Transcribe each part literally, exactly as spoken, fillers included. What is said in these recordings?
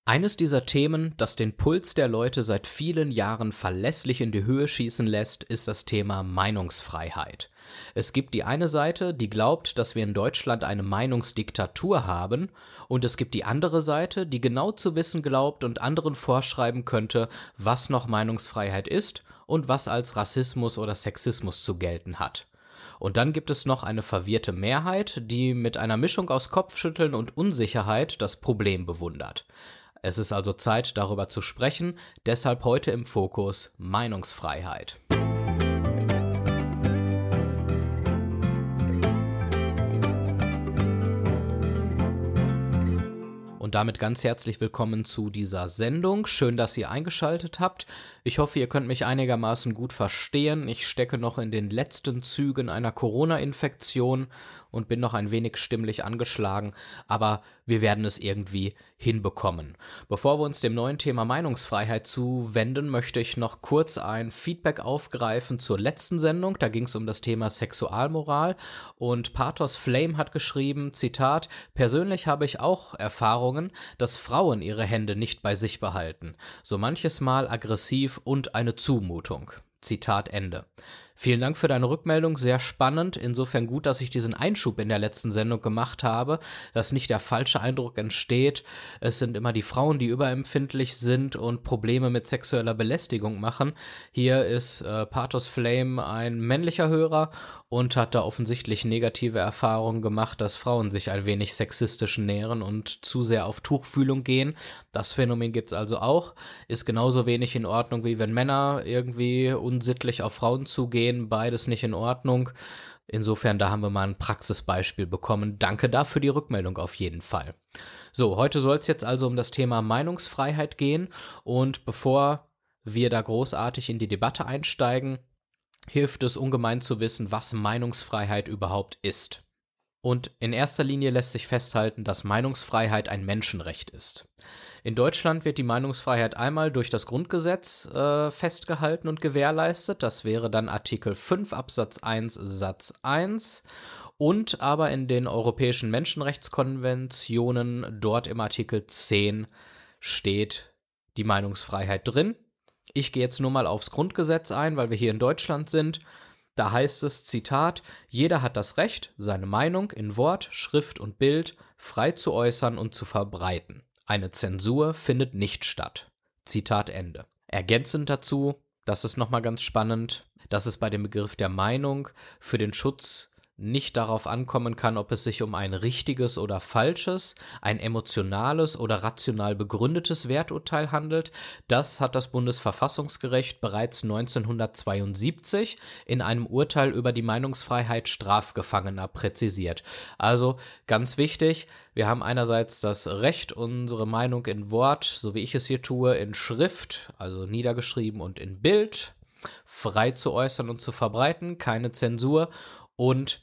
Eines dieser Themen, das den Puls der Leute seit vielen Jahren verlässlich in die Höhe schießen lässt, ist das Thema Meinungsfreiheit. Es gibt die eine Seite, die glaubt, dass wir in Deutschland eine Meinungsdiktatur haben, und es gibt die andere Seite, die genau zu wissen glaubt und anderen vorschreiben könnte, was noch Meinungsfreiheit ist und was als Rassismus oder Sexismus zu gelten hat. Und dann gibt es noch eine verwirrte Mehrheit, die mit einer Mischung aus Kopfschütteln und Unsicherheit das Problem bewundert. Es ist also Zeit, darüber zu sprechen, deshalb heute im Fokus Meinungsfreiheit. Und damit ganz herzlich willkommen zu dieser Sendung. Schön, dass ihr eingeschaltet habt. Ich hoffe, ihr könnt mich einigermaßen gut verstehen. Ich stecke noch in den letzten Zügen einer Corona-Infektion und bin noch ein wenig stimmlich angeschlagen, aber wir werden es irgendwie hinbekommen. Bevor wir uns dem neuen Thema Meinungsfreiheit zuwenden, möchte ich noch kurz ein Feedback aufgreifen zur letzten Sendung. Da ging es um das Thema Sexualmoral und Pathos Flame hat geschrieben, Zitat, persönlich habe ich auch Erfahrungen, dass Frauen ihre Hände nicht bei sich behalten. So manches Mal aggressiv und eine Zumutung. Zitat Ende. Vielen Dank für deine Rückmeldung, sehr spannend. Insofern gut, dass ich diesen Einschub in der letzten Sendung gemacht habe, dass nicht der falsche Eindruck entsteht. Es sind immer die Frauen, die überempfindlich sind und Probleme mit sexueller Belästigung machen. Hier ist äh, Pathos Flame ein männlicher Hörer und hat da offensichtlich negative Erfahrungen gemacht, dass Frauen sich ein wenig sexistisch nähren und zu sehr auf Tuchfühlung gehen. Das Phänomen gibt es also auch. Ist genauso wenig in Ordnung, wie wenn Männer irgendwie unsittlich auf Frauen zugehen. Beides nicht in Ordnung. Insofern, da haben wir mal ein Praxisbeispiel bekommen. Danke dafür die Rückmeldung auf jeden Fall. So, heute soll es jetzt also um das Thema Meinungsfreiheit gehen. Und bevor wir da großartig in die Debatte einsteigen, hilft es ungemein zu wissen, was Meinungsfreiheit überhaupt ist. Und in erster Linie lässt sich festhalten, dass Meinungsfreiheit ein Menschenrecht ist. In Deutschland wird die Meinungsfreiheit einmal durch das Grundgesetz äh, festgehalten und gewährleistet. Das wäre dann Artikel fünf Absatz eins Satz eins. Und aber in den europäischen Menschenrechtskonventionen, dort im Artikel zehn, steht die Meinungsfreiheit drin. Ich gehe jetzt nur mal aufs Grundgesetz ein, weil wir hier in Deutschland sind. Da heißt es, Zitat, jeder hat das Recht, seine Meinung in Wort, Schrift und Bild frei zu äußern und zu verbreiten. Eine Zensur findet nicht statt. Zitat Ende. Ergänzend dazu, das ist nochmal ganz spannend, dass es bei dem Begriff der Meinung für den Schutz nicht darauf ankommen kann, ob es sich um ein richtiges oder falsches, ein emotionales oder rational begründetes Werturteil handelt. Das hat das Bundesverfassungsgericht bereits neunzehnhundertzweiundsiebzig in einem Urteil über die Meinungsfreiheit Strafgefangener präzisiert. Also ganz wichtig, wir haben einerseits das Recht, unsere Meinung in Wort, so wie ich es hier tue, in Schrift, also niedergeschrieben und in Bild, frei zu äußern und zu verbreiten, keine Zensur. Und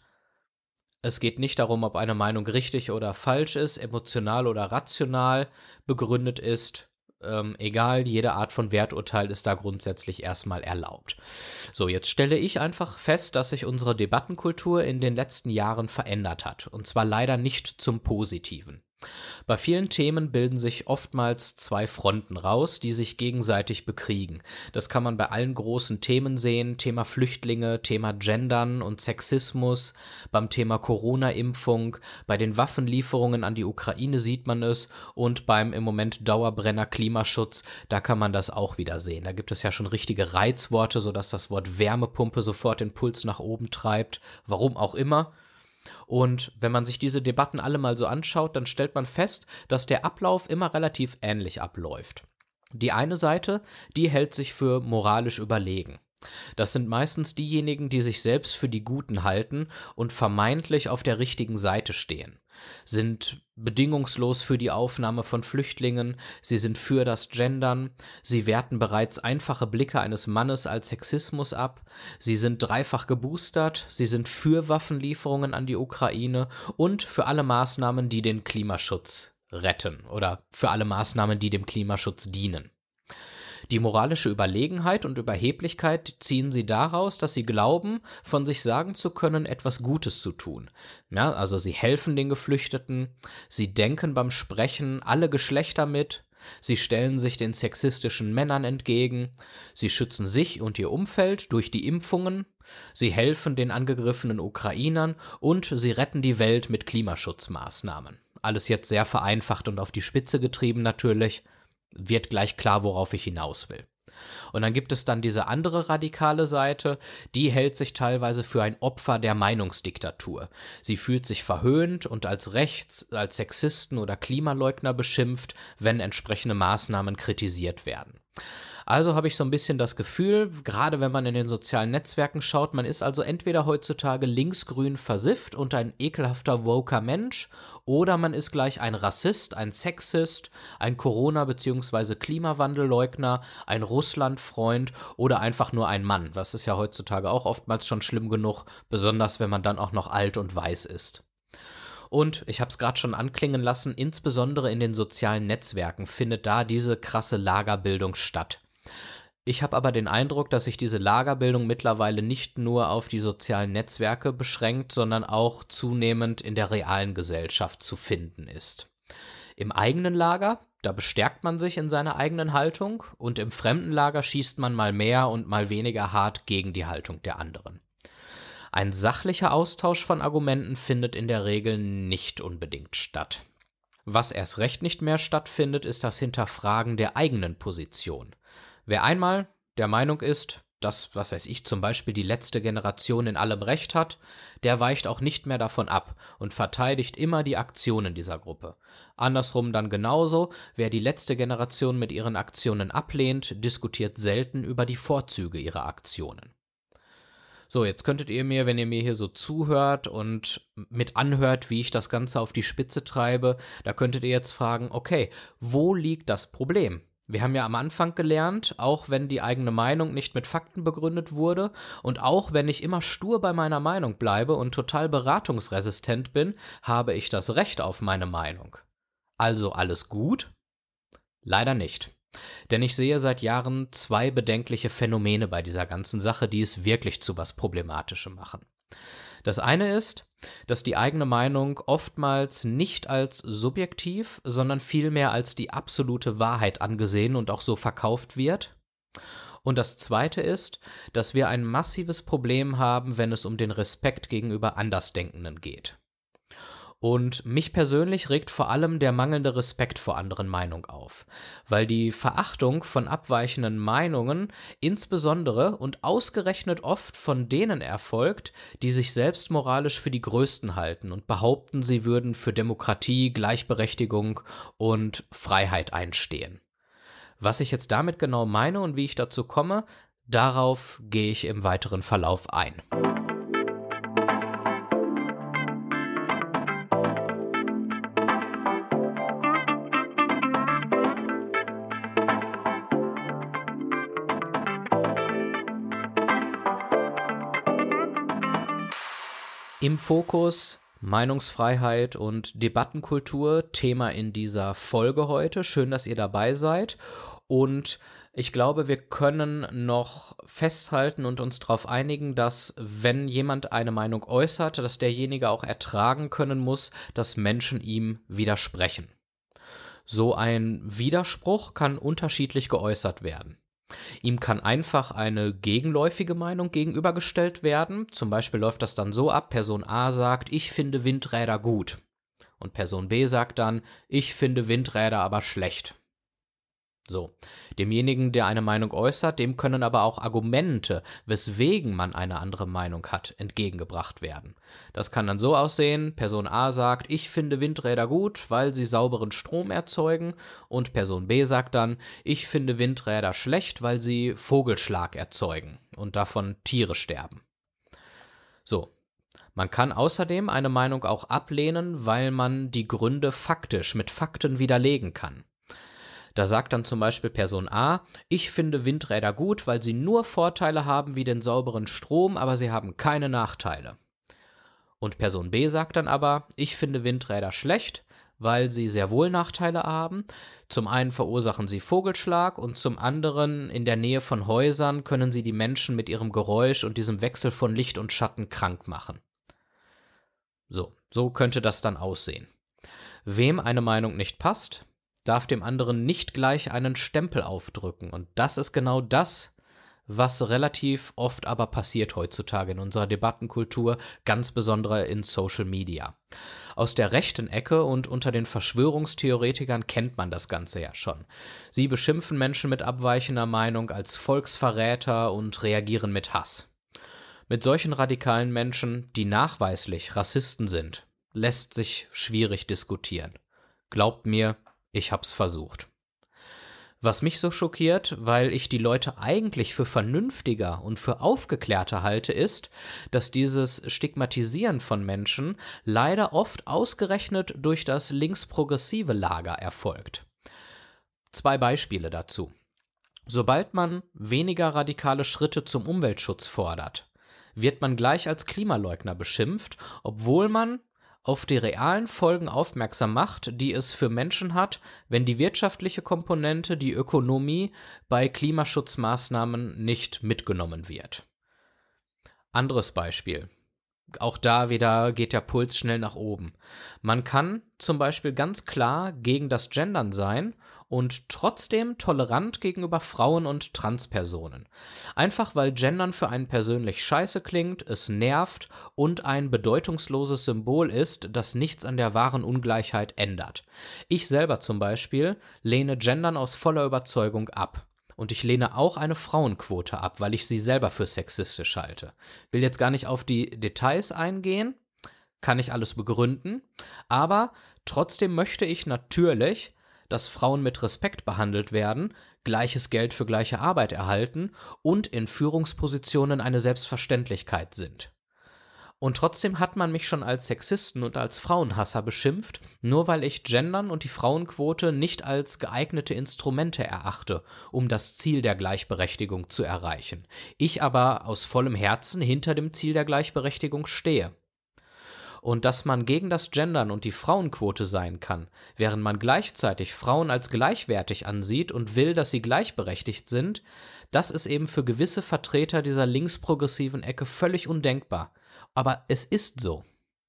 es geht nicht darum, ob eine Meinung richtig oder falsch ist, emotional oder rational begründet ist. Ähm, egal, jede Art von Werturteil ist da grundsätzlich erstmal erlaubt. So, jetzt stelle ich einfach fest, dass sich unsere Debattenkultur in den letzten Jahren verändert hat. Und zwar leider nicht zum Positiven. Bei vielen Themen bilden sich oftmals zwei Fronten raus, die sich gegenseitig bekriegen. Das kann man bei allen großen Themen sehen, Thema Flüchtlinge, Thema Gendern und Sexismus, beim Thema Corona-Impfung, bei den Waffenlieferungen an die Ukraine sieht man es und beim im Moment Dauerbrenner Klimaschutz, da kann man das auch wieder sehen. Da gibt es ja schon richtige Reizworte, sodass das Wort Wärmepumpe sofort den Puls nach oben treibt, warum auch immer. Und wenn man sich diese Debatten alle mal so anschaut, dann stellt man fest, dass der Ablauf immer relativ ähnlich abläuft. Die eine Seite, die hält sich für moralisch überlegen. Das sind meistens diejenigen, die sich selbst für die Guten halten und vermeintlich auf der richtigen Seite stehen. Sind bedingungslos für die Aufnahme von Flüchtlingen, sie sind für das Gendern, sie werten bereits einfache Blicke eines Mannes als Sexismus ab, sie sind dreifach geboostert, sie sind für Waffenlieferungen an die Ukraine und für alle Maßnahmen, die den Klimaschutz retten oder für alle Maßnahmen, die dem Klimaschutz dienen. Die moralische Überlegenheit und Überheblichkeit ziehen sie daraus, dass sie glauben, von sich sagen zu können, etwas Gutes zu tun. Ja, also sie helfen den Geflüchteten, sie denken beim Sprechen alle Geschlechter mit, sie stellen sich den sexistischen Männern entgegen, sie schützen sich und ihr Umfeld durch die Impfungen, sie helfen den angegriffenen Ukrainern und sie retten die Welt mit Klimaschutzmaßnahmen. Alles jetzt sehr vereinfacht und auf die Spitze getrieben natürlich, wird gleich klar, worauf ich hinaus will. Und dann gibt es dann diese andere radikale Seite, die hält sich teilweise für ein Opfer der Meinungsdiktatur. Sie fühlt sich verhöhnt und als rechts, als Sexisten oder Klimaleugner beschimpft, wenn entsprechende Maßnahmen kritisiert werden. Also habe ich so ein bisschen das Gefühl, gerade wenn man in den sozialen Netzwerken schaut, man ist also entweder heutzutage linksgrün versifft und ein ekelhafter woker Mensch oder man ist gleich ein Rassist, ein Sexist, ein Corona- bzw. Klimawandelleugner, ein Russlandfreund oder einfach nur ein Mann. Das ist ja heutzutage auch oftmals schon schlimm genug, besonders wenn man dann auch noch alt und weiß ist. Und ich habe es gerade schon anklingen lassen, insbesondere in den sozialen Netzwerken findet da diese krasse Lagerbildung statt. Ich habe aber den Eindruck, dass sich diese Lagerbildung mittlerweile nicht nur auf die sozialen Netzwerke beschränkt, sondern auch zunehmend in der realen Gesellschaft zu finden ist. Im eigenen Lager, da bestärkt man sich in seiner eigenen Haltung und im fremden Lager schießt man mal mehr und mal weniger hart gegen die Haltung der anderen. Ein sachlicher Austausch von Argumenten findet in der Regel nicht unbedingt statt. Was erst recht nicht mehr stattfindet, ist das Hinterfragen der eigenen Position. Wer einmal der Meinung ist, dass, was weiß ich, zum Beispiel die letzte Generation in allem Recht hat, der weicht auch nicht mehr davon ab und verteidigt immer die Aktionen dieser Gruppe. Andersrum dann genauso, wer die letzte Generation mit ihren Aktionen ablehnt, diskutiert selten über die Vorzüge ihrer Aktionen. So, jetzt könntet ihr mir, wenn ihr mir hier so zuhört und mit anhört, wie ich das Ganze auf die Spitze treibe, da könntet ihr jetzt fragen, okay, wo liegt das Problem? Wir haben ja am Anfang gelernt, auch wenn die eigene Meinung nicht mit Fakten begründet wurde und auch wenn ich immer stur bei meiner Meinung bleibe und total beratungsresistent bin, habe ich das Recht auf meine Meinung. Also alles gut? Leider nicht. Denn ich sehe seit Jahren zwei bedenkliche Phänomene bei dieser ganzen Sache, die es wirklich zu was Problematischem machen. Das eine ist, dass die eigene Meinung oftmals nicht als subjektiv, sondern vielmehr als die absolute Wahrheit angesehen und auch so verkauft wird. Und das zweite ist, dass wir ein massives Problem haben, wenn es um den Respekt gegenüber Andersdenkenden geht. Und mich persönlich regt vor allem der mangelnde Respekt vor anderen Meinungen auf, weil die Verachtung von abweichenden Meinungen insbesondere und ausgerechnet oft von denen erfolgt, die sich selbst moralisch für die Größten halten und behaupten, sie würden für Demokratie, Gleichberechtigung und Freiheit einstehen. Was ich jetzt damit genau meine und wie ich dazu komme, darauf gehe ich im weiteren Verlauf ein. Im Fokus Meinungsfreiheit und Debattenkultur, Thema in dieser Folge heute. Schön, dass ihr dabei seid. Und ich glaube, wir können noch festhalten und uns darauf einigen, dass, wenn jemand eine Meinung äußert, dass derjenige auch ertragen können muss, dass Menschen ihm widersprechen. So ein Widerspruch kann unterschiedlich geäußert werden. Ihm kann einfach eine gegenläufige Meinung gegenübergestellt werden. Zum Beispiel läuft das dann so ab, Person A sagt, ich finde Windräder gut. Und Person B sagt dann, ich finde Windräder aber schlecht. So, demjenigen, der eine Meinung äußert, dem können aber auch Argumente, weswegen man eine andere Meinung hat, entgegengebracht werden. Das kann dann so aussehen, Person A sagt, ich finde Windräder gut, weil sie sauberen Strom erzeugen, und Person B sagt dann, ich finde Windräder schlecht, weil sie Vogelschlag erzeugen und davon Tiere sterben. So. Man kann außerdem eine Meinung auch ablehnen, weil man die Gründe faktisch mit Fakten widerlegen kann. Da sagt dann zum Beispiel Person A, ich finde Windräder gut, weil sie nur Vorteile haben wie den sauberen Strom, aber sie haben keine Nachteile. Und Person B sagt dann aber, ich finde Windräder schlecht, weil sie sehr wohl Nachteile haben. Zum einen verursachen sie Vogelschlag und zum anderen in der Nähe von Häusern können sie die Menschen mit ihrem Geräusch und diesem Wechsel von Licht und Schatten krank machen. So, so könnte das dann aussehen. Wem eine Meinung nicht passt, darf dem anderen nicht gleich einen Stempel aufdrücken. Und das ist genau das, was relativ oft aber passiert heutzutage in unserer Debattenkultur, ganz besonders in Social Media. Aus der rechten Ecke und unter den Verschwörungstheoretikern kennt man das Ganze ja schon. Sie beschimpfen Menschen mit abweichender Meinung als Volksverräter und reagieren mit Hass. Mit solchen radikalen Menschen, die nachweislich Rassisten sind, lässt sich schwierig diskutieren. Glaubt mir, ich hab's versucht. Was mich so schockiert, weil ich die Leute eigentlich für vernünftiger und für aufgeklärter halte, ist, dass dieses Stigmatisieren von Menschen leider oft ausgerechnet durch das linksprogressive Lager erfolgt. Zwei Beispiele dazu. Sobald man weniger radikale Schritte zum Umweltschutz fordert, wird man gleich als Klimaleugner beschimpft, obwohl man auf die realen Folgen aufmerksam macht, die es für Menschen hat, wenn die wirtschaftliche Komponente, die Ökonomie, bei Klimaschutzmaßnahmen nicht mitgenommen wird. Anderes Beispiel. Auch da wieder geht der Puls schnell nach oben. Man kann zum Beispiel ganz klar gegen das Gendern sein und trotzdem tolerant gegenüber Frauen und Transpersonen. Einfach weil Gendern für einen persönlich scheiße klingt, es nervt und ein bedeutungsloses Symbol ist, das nichts an der wahren Ungleichheit ändert. Ich selber zum Beispiel lehne Gendern aus voller Überzeugung ab. Und ich lehne auch eine Frauenquote ab, weil ich sie selber für sexistisch halte. Will jetzt gar nicht auf die Details eingehen, kann ich alles begründen, aber trotzdem möchte ich natürlich, dass Frauen mit Respekt behandelt werden, gleiches Geld für gleiche Arbeit erhalten und in Führungspositionen eine Selbstverständlichkeit sind. Und trotzdem hat man mich schon als Sexisten und als Frauenhasser beschimpft, nur weil ich Gendern und die Frauenquote nicht als geeignete Instrumente erachte, um das Ziel der Gleichberechtigung zu erreichen. Ich aber aus vollem Herzen hinter dem Ziel der Gleichberechtigung stehe. Und dass man gegen das Gendern und die Frauenquote sein kann, während man gleichzeitig Frauen als gleichwertig ansieht und will, dass sie gleichberechtigt sind, das ist eben für gewisse Vertreter dieser linksprogressiven Ecke völlig undenkbar. Aber es ist so.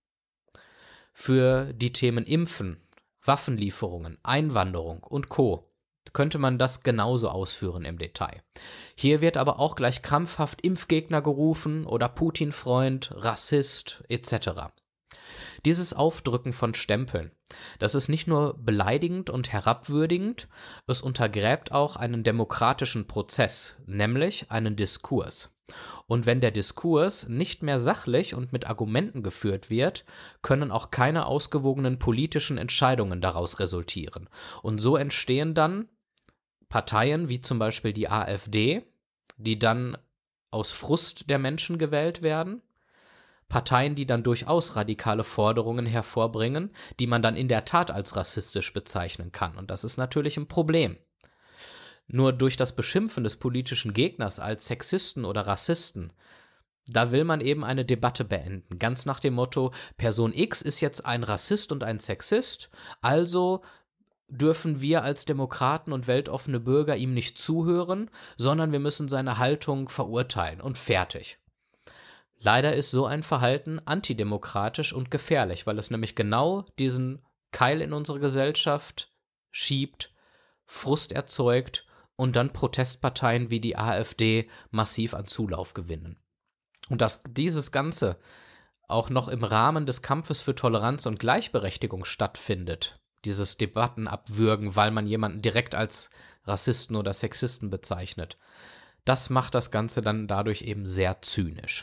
Für die Themen Impfen, Waffenlieferungen, Einwanderung und Co. könnte man das genauso ausführen im Detail. Hier wird aber auch gleich krampfhaft Impfgegner gerufen oder Putin-Freund, Rassist et cetera. Dieses Aufdrücken von Stempeln, das ist nicht nur beleidigend und herabwürdigend, es untergräbt auch einen demokratischen Prozess, nämlich einen Diskurs. Und wenn der Diskurs nicht mehr sachlich und mit Argumenten geführt wird, können auch keine ausgewogenen politischen Entscheidungen daraus resultieren. Und so entstehen dann Parteien wie zum Beispiel die AfD, die dann aus Frust der Menschen gewählt werden, Parteien, die dann durchaus radikale Forderungen hervorbringen, die man dann in der Tat als rassistisch bezeichnen kann. Und das ist natürlich ein Problem. Nur durch das Beschimpfen des politischen Gegners als Sexisten oder Rassisten, da will man eben eine Debatte beenden. Ganz nach dem Motto, Person X ist jetzt ein Rassist und ein Sexist, also dürfen wir als Demokraten und weltoffene Bürger ihm nicht zuhören, sondern wir müssen seine Haltung verurteilen und fertig. Leider ist so ein Verhalten antidemokratisch und gefährlich, weil es nämlich genau diesen Keil in unsere Gesellschaft schiebt, Frust erzeugt und dann Protestparteien wie die AfD massiv an Zulauf gewinnen. Und dass dieses Ganze auch noch im Rahmen des Kampfes für Toleranz und Gleichberechtigung stattfindet, dieses Debattenabwürgen, weil man jemanden direkt als Rassisten oder Sexisten bezeichnet, das macht das Ganze dann dadurch eben sehr zynisch.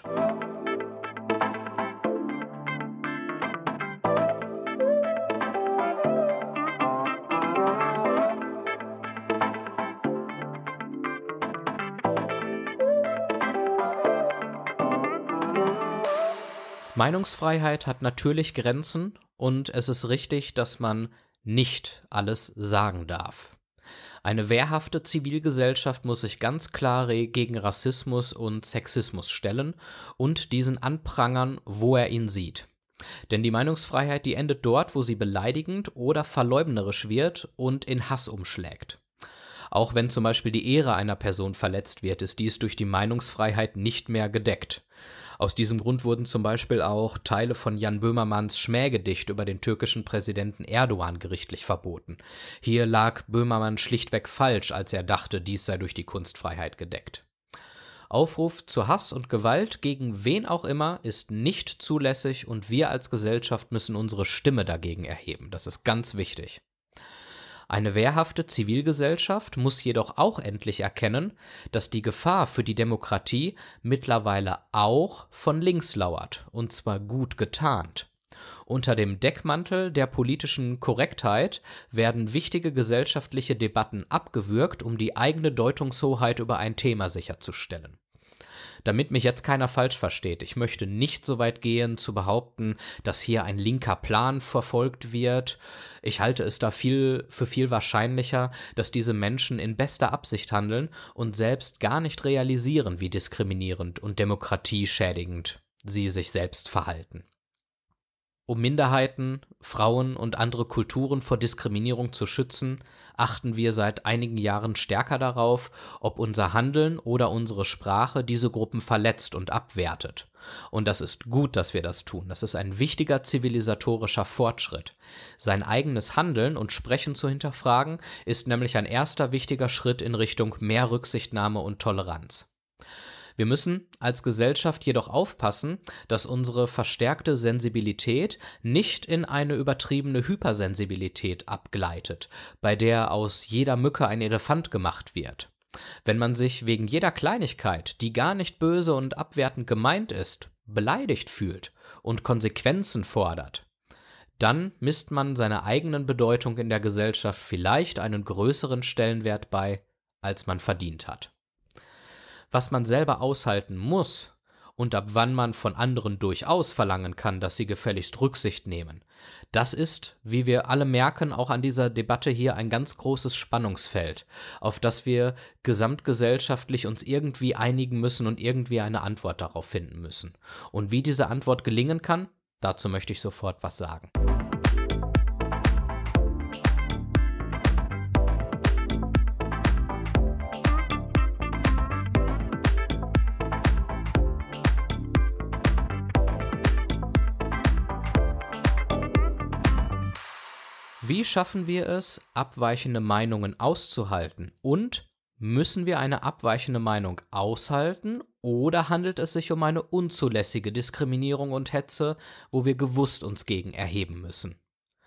Meinungsfreiheit hat natürlich Grenzen und es ist richtig, dass man nicht alles sagen darf. Eine wehrhafte Zivilgesellschaft muss sich ganz klar gegen Rassismus und Sexismus stellen und diesen anprangern, wo er ihn sieht. Denn die Meinungsfreiheit, die endet dort, wo sie beleidigend oder verleumderisch wird und in Hass umschlägt. Auch wenn zum Beispiel die Ehre einer Person verletzt wird, ist dies durch die Meinungsfreiheit nicht mehr gedeckt. Aus diesem Grund wurden zum Beispiel auch Teile von Jan Böhmermanns Schmähgedicht über den türkischen Präsidenten Erdogan gerichtlich verboten. Hier lag Böhmermann schlichtweg falsch, als er dachte, dies sei durch die Kunstfreiheit gedeckt. Aufruf zu Hass und Gewalt gegen wen auch immer ist nicht zulässig und wir als Gesellschaft müssen unsere Stimme dagegen erheben. Das ist ganz wichtig. Eine wehrhafte Zivilgesellschaft muss jedoch auch endlich erkennen, dass die Gefahr für die Demokratie mittlerweile auch von links lauert, und zwar gut getarnt. Unter dem Deckmantel der politischen Korrektheit werden wichtige gesellschaftliche Debatten abgewürgt, um die eigene Deutungshoheit über ein Thema sicherzustellen. Damit mich jetzt keiner falsch versteht, ich möchte nicht so weit gehen, zu behaupten, dass hier ein linker Plan verfolgt wird. Ich halte es da viel für viel wahrscheinlicher, dass diese Menschen in bester Absicht handeln und selbst gar nicht realisieren, wie diskriminierend und demokratieschädigend sie sich selbst verhalten. Um Minderheiten, Frauen und andere Kulturen vor Diskriminierung zu schützen, achten wir seit einigen Jahren stärker darauf, ob unser Handeln oder unsere Sprache diese Gruppen verletzt und abwertet. Und das ist gut, dass wir das tun. Das ist ein wichtiger zivilisatorischer Fortschritt. Sein eigenes Handeln und Sprechen zu hinterfragen, ist nämlich ein erster wichtiger Schritt in Richtung mehr Rücksichtnahme und Toleranz. Wir müssen als Gesellschaft jedoch aufpassen, dass unsere verstärkte Sensibilität nicht in eine übertriebene Hypersensibilität abgleitet, bei der aus jeder Mücke ein Elefant gemacht wird. Wenn man sich wegen jeder Kleinigkeit, die gar nicht böse und abwertend gemeint ist, beleidigt fühlt und Konsequenzen fordert, dann misst man seiner eigenen Bedeutung in der Gesellschaft vielleicht einen größeren Stellenwert bei, als man verdient hat. Was man selber aushalten muss und ab wann man von anderen durchaus verlangen kann, dass sie gefälligst Rücksicht nehmen, das ist, wie wir alle merken, auch an dieser Debatte hier ein ganz großes Spannungsfeld, auf das wir gesamtgesellschaftlich uns irgendwie einigen müssen und irgendwie eine Antwort darauf finden müssen. Und wie diese Antwort gelingen kann, dazu möchte ich sofort was sagen. Wie schaffen wir es, abweichende Meinungen auszuhalten? Und müssen wir eine abweichende Meinung aushalten oder handelt es sich um eine unzulässige Diskriminierung und Hetze, wo wir gewusst uns gegen erheben müssen?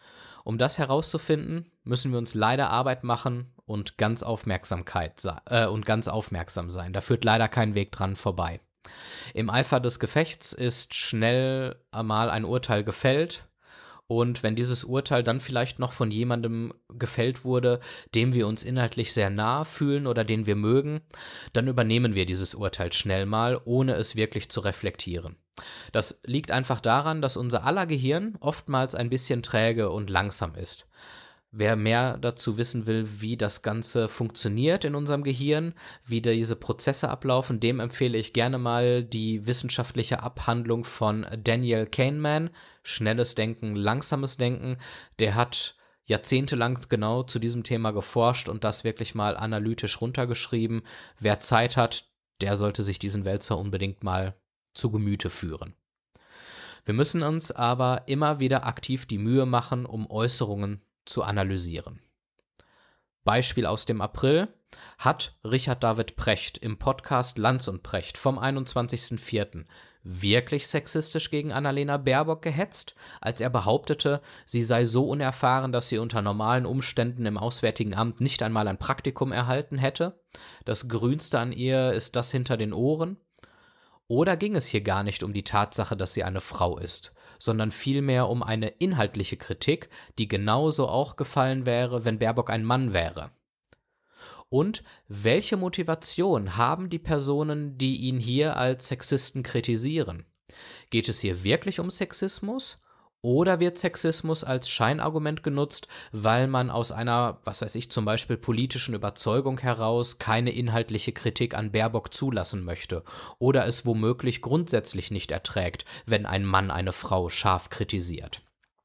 Um das herauszufinden, müssen wir uns leider Arbeit machen und ganz Aufmerksamkeit äh, und ganz aufmerksam sein. Da führt leider kein Weg dran vorbei. Im Eifer des Gefechts ist schnell einmal ein Urteil gefällt. Und wenn dieses Urteil dann vielleicht noch von jemandem gefällt wurde, dem wir uns inhaltlich sehr nahe fühlen oder den wir mögen, dann übernehmen wir dieses Urteil schnell mal, ohne es wirklich zu reflektieren. Das liegt einfach daran, dass unser aller Gehirn oftmals ein bisschen träge und langsam ist. Wer mehr dazu wissen will, wie das Ganze funktioniert in unserem Gehirn, wie diese Prozesse ablaufen, dem empfehle ich gerne mal die wissenschaftliche Abhandlung von Daniel Kahneman, Schnelles Denken, Langsames Denken. Der hat jahrzehntelang genau zu diesem Thema geforscht und das wirklich mal analytisch runtergeschrieben. Wer Zeit hat, der sollte sich diesen Wälzer unbedingt mal zu Gemüte führen. Wir müssen uns aber immer wieder aktiv die Mühe machen, um Äußerungen zu analysieren. Beispiel aus dem April: Hat Richard David Precht im Podcast Lanz und Precht vom einundzwanzigsten vierten wirklich sexistisch gegen Annalena Baerbock gehetzt, als er behauptete, sie sei so unerfahren, dass sie unter normalen Umständen im Auswärtigen Amt nicht einmal ein Praktikum erhalten hätte? Das Grünste an ihr ist das hinter den Ohren? Oder ging es hier gar nicht um die Tatsache, dass sie eine Frau ist, sondern vielmehr um eine inhaltliche Kritik, die genauso auch gefallen wäre, wenn Baerbock ein Mann wäre? Und welche Motivation haben die Personen, die ihn hier als Sexisten kritisieren? Geht es hier wirklich um Sexismus? Oder wird Sexismus als Scheinargument genutzt, weil man aus einer, was weiß ich, zum Beispiel politischen Überzeugung heraus keine inhaltliche Kritik an Baerbock zulassen möchte oder es womöglich grundsätzlich nicht erträgt, wenn ein Mann eine Frau scharf kritisiert?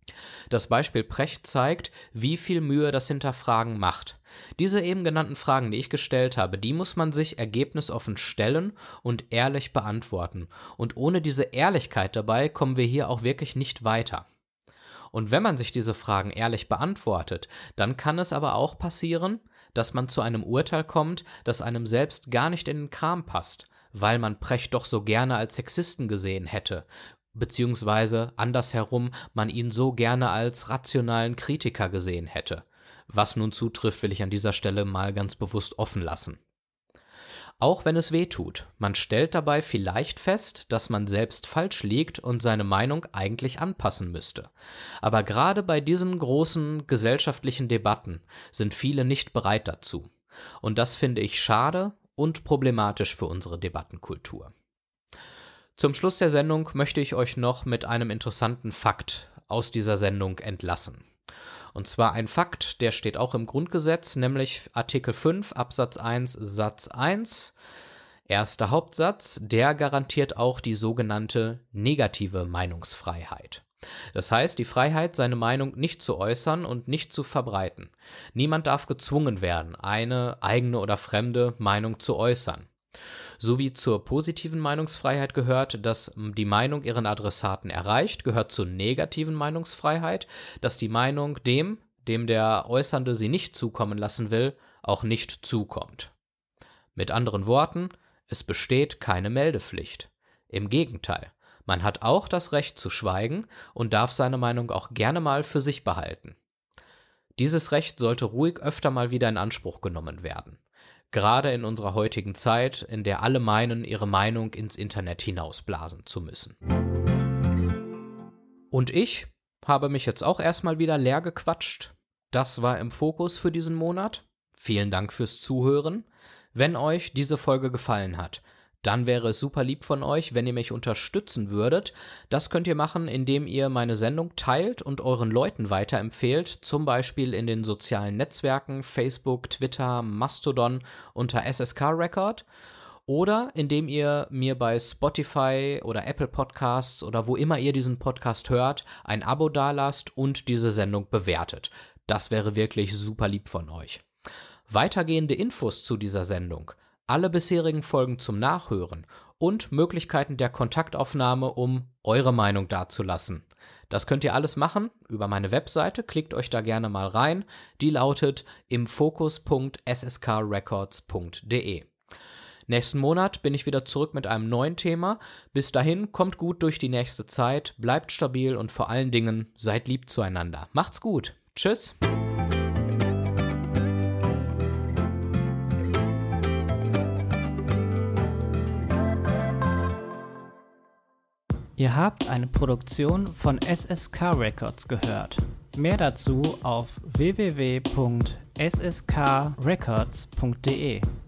Das Beispiel Precht zeigt, wie viel Mühe das Hinterfragen macht. Diese eben genannten Fragen, die ich gestellt habe, die muss man sich ergebnisoffen stellen und ehrlich beantworten. Und ohne diese Ehrlichkeit dabei kommen wir hier auch wirklich nicht weiter. Und wenn man sich diese Fragen ehrlich beantwortet, dann kann es aber auch passieren, dass man zu einem Urteil kommt, das einem selbst gar nicht in den Kram passt, weil man Precht doch so gerne als Sexisten gesehen hätte, beziehungsweise andersherum man ihn so gerne als rationalen Kritiker gesehen hätte. Was nun zutrifft, will ich an dieser Stelle mal ganz bewusst offen lassen. Auch wenn es weh tut, man stellt dabei vielleicht fest, dass man selbst falsch liegt und seine Meinung eigentlich anpassen müsste. Aber gerade bei diesen großen gesellschaftlichen Debatten sind viele nicht bereit dazu. Und das finde ich schade und problematisch für unsere Debattenkultur. Zum Schluss der Sendung möchte ich euch noch mit einem interessanten Fakt aus dieser Sendung entlassen. Und zwar ein Fakt, der steht auch im Grundgesetz, nämlich Artikel fünf Absatz eins Satz eins, erster Hauptsatz, der garantiert auch die sogenannte negative Meinungsfreiheit. Das heißt, die Freiheit, seine Meinung nicht zu äußern und nicht zu verbreiten. Niemand darf gezwungen werden, eine eigene oder fremde Meinung zu äußern. Sowie zur positiven Meinungsfreiheit gehört, dass die Meinung ihren Adressaten erreicht, gehört zur negativen Meinungsfreiheit, dass die Meinung dem, dem der Äußernde sie nicht zukommen lassen will, auch nicht zukommt. Mit anderen Worten, es besteht keine Meldepflicht. Im Gegenteil, man hat auch das Recht zu schweigen und darf seine Meinung auch gerne mal für sich behalten. Dieses Recht sollte ruhig öfter mal wieder in Anspruch genommen werden. Gerade in unserer heutigen Zeit, in der alle meinen, ihre Meinung ins Internet hinausblasen zu müssen. Und ich habe mich jetzt auch erstmal wieder leer gequatscht. Das war im Fokus für diesen Monat. Vielen Dank fürs Zuhören. Wenn euch diese Folge gefallen hat, dann wäre es super lieb von euch, wenn ihr mich unterstützen würdet. Das könnt ihr machen, indem ihr meine Sendung teilt und euren Leuten weiterempfehlt, zum Beispiel in den sozialen Netzwerken Facebook, Twitter, Mastodon unter S S K Record oder indem ihr mir bei Spotify oder Apple Podcasts oder wo immer ihr diesen Podcast hört, ein Abo dalasst und diese Sendung bewertet. Das wäre wirklich super lieb von euch. Weitergehende Infos zu dieser Sendung, alle bisherigen Folgen zum Nachhören und Möglichkeiten der Kontaktaufnahme, um eure Meinung dazulassen. Das könnt ihr alles machen über meine Webseite, klickt euch da gerne mal rein. Die lautet imfokus punkt s s k records punkt d e. Nächsten Monat bin ich wieder zurück mit einem neuen Thema. Bis dahin, kommt gut durch die nächste Zeit, bleibt stabil und vor allen Dingen seid lieb zueinander. Macht's gut. Tschüss. Ihr habt eine Produktion von S S K Records gehört. Mehr dazu auf w w w punkt s s k records punkt d e.